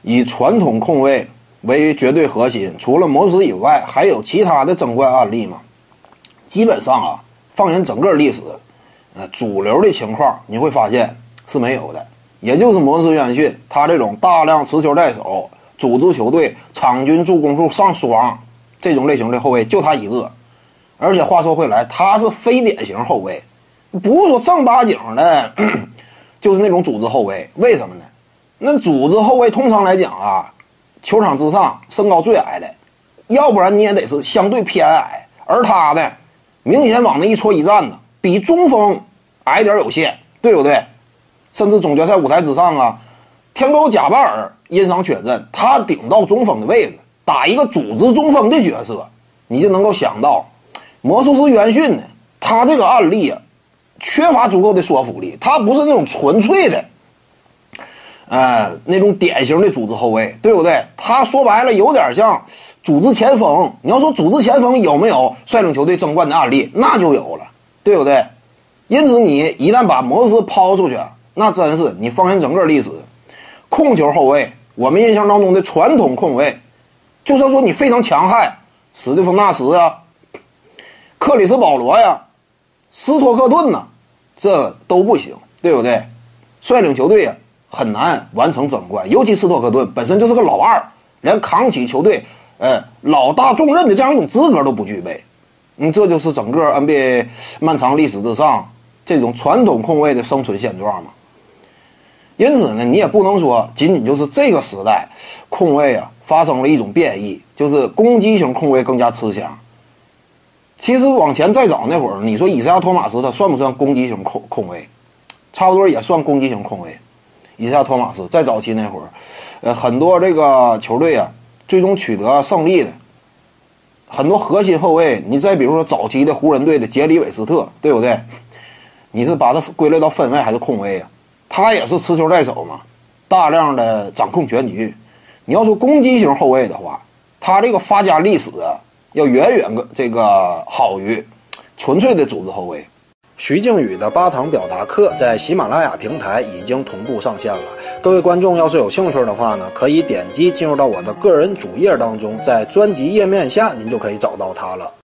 以传统控卫为绝对核心，除了魔术师以外，还有其他的争冠案例吗？基本上啊，放眼整个历史，主流的情况你会发现是没有的。也就是魔术师约翰逊他这种大量持球在手、组织球队、场均助攻数上双这种类型的后卫，就他一个。而且话说回来，他是非典型后卫，不是说正八经的，就是那种组织后卫。为什么呢？那组织后卫通常来讲啊，球场之上身高最矮的，要不然你也得是相对偏矮。而他呢，明显往那一戳一站呢，比中锋矮点有限，对不对？甚至总决赛舞台之上啊，天狗贾巴尔因伤缺阵，他顶到中锋的位置，打一个组织中锋的角色，你就能够想到魔术师约翰逊呢，他这个案例啊，缺乏足够的说服力，他不是那种纯粹的那种典型的组织后卫，对不对？他说白了有点像组织前锋。你要说组织前锋有没有率领球队争冠的案例，那就有了，对不对？因此你一旦把魔术师抛出去，那真是你放眼整个历史，控球后卫，我们印象当中的传统控卫，就算说你非常强悍，史蒂芬纳什啊，克里斯保罗呀，斯托克顿呐，这都不行，对不对？率领球队啊，很难完成争冠，尤其斯托克顿本身就是个老二，连扛起球队老大重任的这样一种资格都不具备。这就是整个 NBA 漫长历史之上这种传统控卫的生存现状嘛。因此呢，你也不能说仅仅就是这个时代控卫啊发生了一种变异，就是攻击型控卫更加吃香。其实往前再早那会儿，你说以赛亚·托马斯他算不算攻击型控卫？差不多也算攻击型控卫。以赛亚·托马斯在早期那会儿，很多这个球队啊，最终取得胜利的很多核心后卫，你再比如说早期的湖人队的杰里·韦斯特，对不对？你是把它归类到分位还是控卫啊？他也是持球在手嘛，大量的掌控全局。你要说攻击型后卫的话，他这个发家历史啊，要远远这个好于纯粹的组织后卫。徐静宇的8堂表达课在喜马拉雅平台已经同步上线了，各位观众要是有兴趣的话呢，可以点击进入到我的个人主页当中，在专辑页面下您就可以找到它了。